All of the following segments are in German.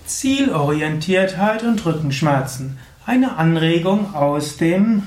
Zielorientiertheit und Rückenschmerzen. Eine Anregung aus dem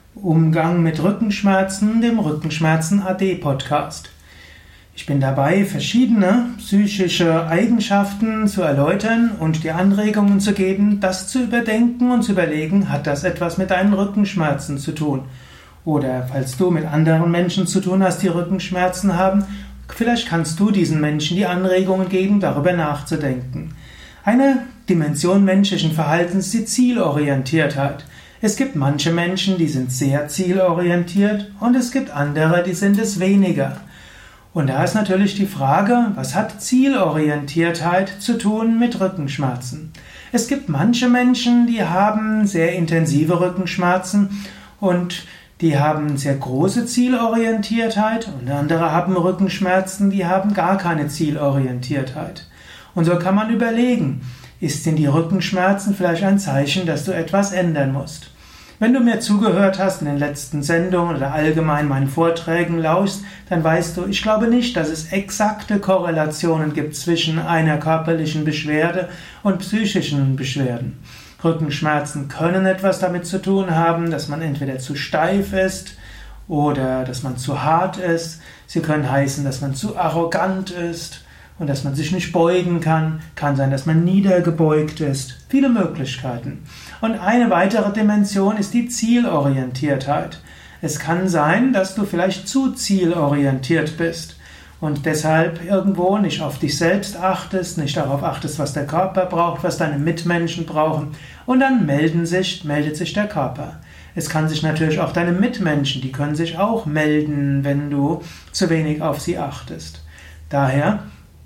Umgang mit Rückenschmerzen, dem Rückenschmerzen AD Podcast. Ich bin dabei, verschiedene psychische Eigenschaften zu erläutern und dir Anregungen zu geben, das zu überdenken und zu überlegen, hat das etwas mit deinen Rückenschmerzen zu tun? Oder falls du mit anderen Menschen zu tun hast, die Rückenschmerzen haben, vielleicht kannst du diesen Menschen die Anregungen geben, darüber nachzudenken. Eine Dimension menschlichen Verhaltens ist die Zielorientiertheit. Es gibt manche Menschen, die sind sehr zielorientiert und es gibt andere, die sind es weniger. Und da ist natürlich die Frage, was hat Zielorientiertheit zu tun mit Rückenschmerzen? Es gibt manche Menschen, die haben sehr intensive Rückenschmerzen und die haben sehr große Zielorientiertheit und andere haben Rückenschmerzen, die haben gar keine Zielorientiertheit. Und so kann man überlegen, ist denn die Rückenschmerzen vielleicht ein Zeichen, dass du etwas ändern musst? Wenn du mir zugehört hast in den letzten Sendungen oder allgemein meinen Vorträgen lauschst, dann weißt du, ich glaube nicht, dass es exakte Korrelationen gibt zwischen einer körperlichen Beschwerde und psychischen Beschwerden. Rückenschmerzen können etwas damit zu tun haben, dass man entweder zu steif ist oder dass man zu hart ist. Sie können heißen, dass man zu arrogant ist und dass man sich nicht beugen kann. Kann sein, dass man niedergebeugt ist. Viele Möglichkeiten. Und eine weitere Dimension ist die Zielorientiertheit. Es kann sein, dass du vielleicht zu zielorientiert bist und deshalb irgendwo nicht auf dich selbst achtest, nicht darauf achtest, was der Körper braucht, was deine Mitmenschen brauchen, und dann meldet sich der Körper. Es kann sich natürlich auch deine Mitmenschen, die können sich auch melden, wenn du zu wenig auf sie achtest. Daher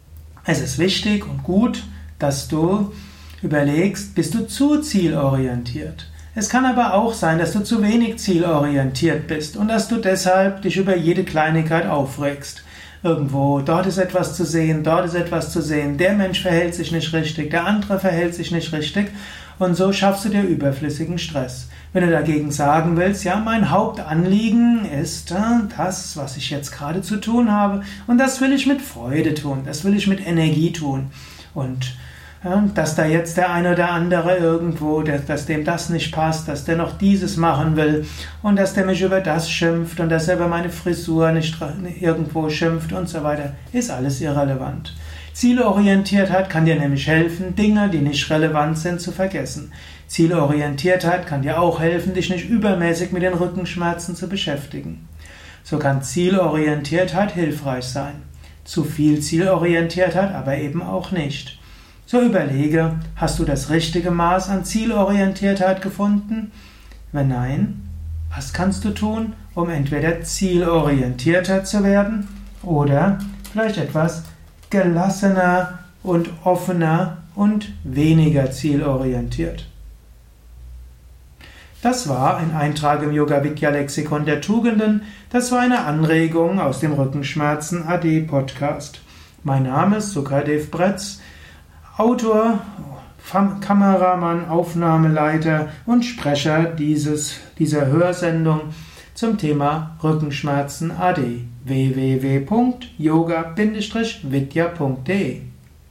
es ist wichtig und gut, dass du überlegst, bist du zu zielorientiert? Es kann aber auch sein, dass du zu wenig zielorientiert bist und dass du deshalb dich über jede Kleinigkeit aufregst. Irgendwo, dort ist etwas zu sehen, dort ist etwas zu sehen, der Mensch verhält sich nicht richtig, der andere verhält sich nicht richtig und so schaffst du dir überflüssigen Stress. Wenn du dagegen sagen willst, ja, mein Hauptanliegen ist das, was ich jetzt gerade zu tun habe und das will ich mit Freude tun, das will ich mit Energie tun und dass da jetzt der eine oder andere irgendwo, dass dem das nicht passt, dass der noch dieses machen will und dass der mich über das schimpft und dass er über meine Frisur nicht irgendwo schimpft und so weiter, ist alles irrelevant. Zielorientiertheit kann dir nämlich helfen, Dinge, die nicht relevant sind, zu vergessen. Zielorientiertheit kann dir auch helfen, dich nicht übermäßig mit den Rückenschmerzen zu beschäftigen. So kann Zielorientiertheit hilfreich sein. Zu viel Zielorientiertheit aber eben auch nicht. So überlege, hast du das richtige Maß an Zielorientiertheit gefunden? Wenn nein, was kannst du tun, um entweder zielorientierter zu werden oder vielleicht etwas gelassener und offener und weniger zielorientiert? Das war ein Eintrag im Yoga-Vidya-Lexikon der Tugenden. Das war eine Anregung aus dem Rückenschmerzen AD Podcast. Mein Name ist Sukadev Bretz, Autor, Kameramann, Aufnahmeleiter und Sprecher dieser Hörsendung zum Thema Rückenschmerzen AD. www.yoga-vidya.de